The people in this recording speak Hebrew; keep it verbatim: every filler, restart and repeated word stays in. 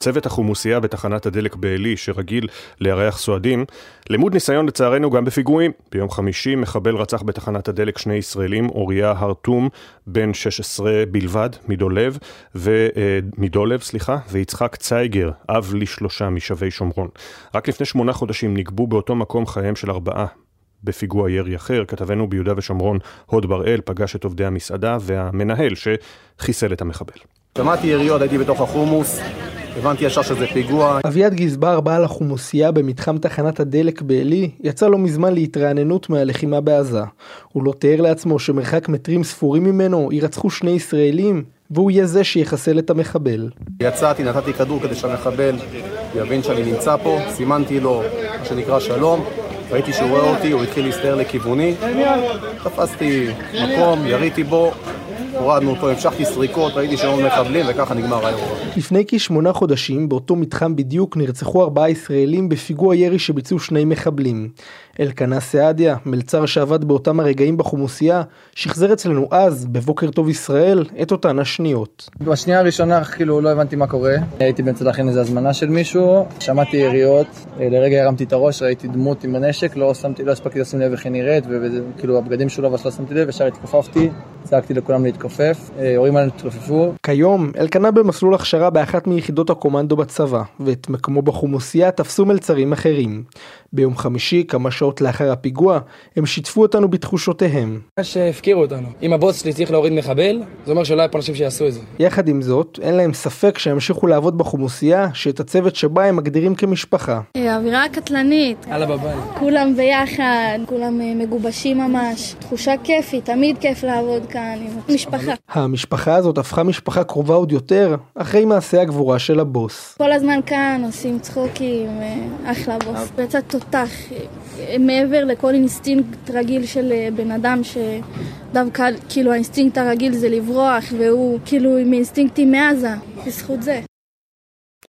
צוות החומוסייה בתחנת הדלק בעלי שרגיל לארח סועדים, למוד ניסיון לצערנו גם בפיגועים. ביום חמישי מחבל רצח בתחנת הדלק שני ישראלים, אוריה הרטום בן שש עשרה בלבד מדולב ומדולב סליחה ויצחק צייגר אב לשלושה משבי שומרון. רק לפני שמונה חודשים נגבו באותו מקום חייהם של ארבעה בפיגוע ירי אחר. כתבנו ביהודה ושומרון הוד בראל פגש את עובדי המסעדה והמנהל שחיסל את המחבל. שמעתי יריות, הייתי בתוך החומוס, הבנתי ישר שזה פיגוע. אביעד גזבר, בעל החומוסייה במתחם תחנת הדלק בעלי, יצא לא מזמן להתרעננות מהלחימה בעזה. הוא לא תיאר לעצמו שמרחק מטרים ספורים ממנו יירצחו שני ישראלים, והוא יהיה זה שיחסל את המחבל. יצאתי, נתתי כדור כדי שהמחבל יבין שאני נמצא פה, סימנתי לו מה שנקרא שלום, ראיתי שהוא רואה אותי, הוא התחיל להסתער לכיווני, תפסתי מקום, יריתי בו, הורדנו אותו, המשכתי סריקות, ראיתי שהיום מחבלים וככה נגמר האירוע. לפני כשמונה חודשים באותו מתחם בדיוק נרצחו ארבעה ישראלים בפיגוע ירי שביצעו שני מחבלים. אלקנה סעדיה, מלצר שעבד באותם הרגעים בחומוסייה, שחזר אצלנו אז, בבוקר טוב ישראל, את אותן השניות. בשנייה הראשונה כאילו לא הבנתי מה קורה. הייתי באמצע להכין איזו הזמנה של מישהו, שמעתי יריות, לרגע הרמתי את הראש, ראיתי דמות עם הנשק, לא שמתי, לא הספקתי לשים לב איך היא נראית, וכאילו הבגדים שלו אבל לא שמתי לב, ישר התכופפתי, צעקתי לכולם להתכופף, הורים עלינו התכופפו. כיום, אלקנה במסלול הכשרה באחת מיחידות הקומנדו בצבא, ואת מקומו בחומוסייה תפסו מלצרים אחרים. ביום חמישי, כמה שעות לאחר הפיגוע, הם שיתפו אותנו בתחושותיהם. שהפקירו אותנו. אם הבוס שלי צריך להוריד מחבל, זה אומר שלא היה פה אנשים שיעשו את זה. יחד עם זאת, אין להם ספק שימשיכו לעבוד בחומוסייה, שאת הצוות שבה הם מגדירים כמשפחה. אווירה קטלנית. הלאה בבית. כולם ביחד, כולם מגובשים ממש. תחושה כיפית, תמיד כיף לעבוד כאן עם משפחה. המשפחה הזאת הפכה משפחה קרובה עוד יותר, אחרי מעשה הגבורה של הבוס. כל הזמן כאן עושים צחוקים, אחלה בוס. יצא תותח, מעבר לכל אינסטינקט רגיל של בן אדם שדווקא כאילו האינסטינקט הרגיל זה לברוח, והוא כאילו עם אינסטינקטים מעזה, בזכות זה.